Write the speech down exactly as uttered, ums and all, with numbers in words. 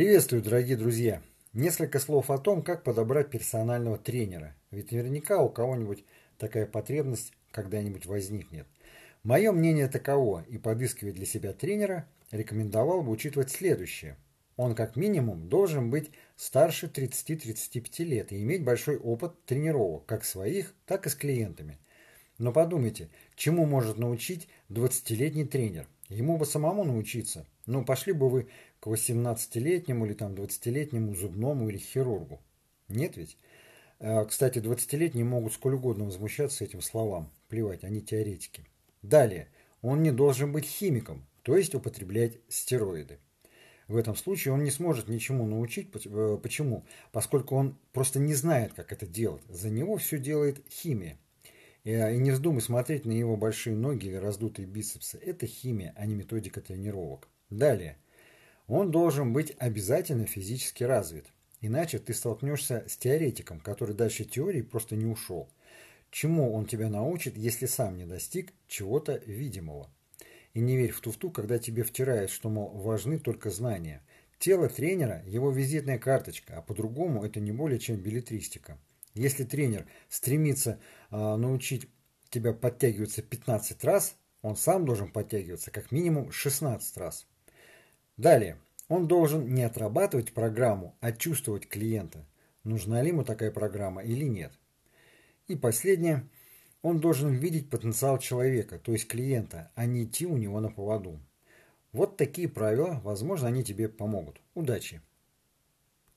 Приветствую, дорогие друзья! Несколько слов о том, как подобрать персонального тренера. Ведь наверняка у кого-нибудь такая потребность когда-нибудь возникнет. Мое мнение таково, и подыскивая для себя тренера, рекомендовал бы учитывать следующее. Он как минимум должен быть старше тридцати-тридцати пяти лет и иметь большой опыт тренировок, как своих, так и с клиентами. Но подумайте, чему может научить двадцатилетний тренер? Ему бы самому научиться. Ну, пошли бы вы к восемнадцатилетнему или там двадцатилетнему зубному или хирургу. Нет ведь? А, Кстати, двадцатилетние могут сколь угодно возмущаться этим словам. Плевать, они теоретики. Далее. Он не должен быть химиком, то есть употреблять стероиды. В этом случае он не сможет ничему научить. Э, Почему? Поскольку он просто не знает, как это делать. За него все делает химия. И, и не вздумай смотреть на его большие ноги или раздутые бицепсы. Это химия, а не методика тренировок. Далее. Он должен быть обязательно физически развит. Иначе ты столкнешься с теоретиком, который дальше теории просто не ушел. Чему он тебя научит, если сам не достиг чего-то видимого? И не верь в туфту, когда тебе втирают, что, мол, важны только знания. Тело тренера – его визитная карточка, а по-другому это не более чем беллетристика. Если тренер стремится э, научить тебя подтягиваться пятнадцать раз, он сам должен подтягиваться как минимум шестнадцать раз. Далее. Он должен не отрабатывать программу, а чувствовать клиента. Нужна ли ему такая программа или нет. И последнее. Он должен видеть потенциал человека, то есть клиента, а не идти у него на поводу. Вот такие правила, возможно, они тебе помогут. Удачи!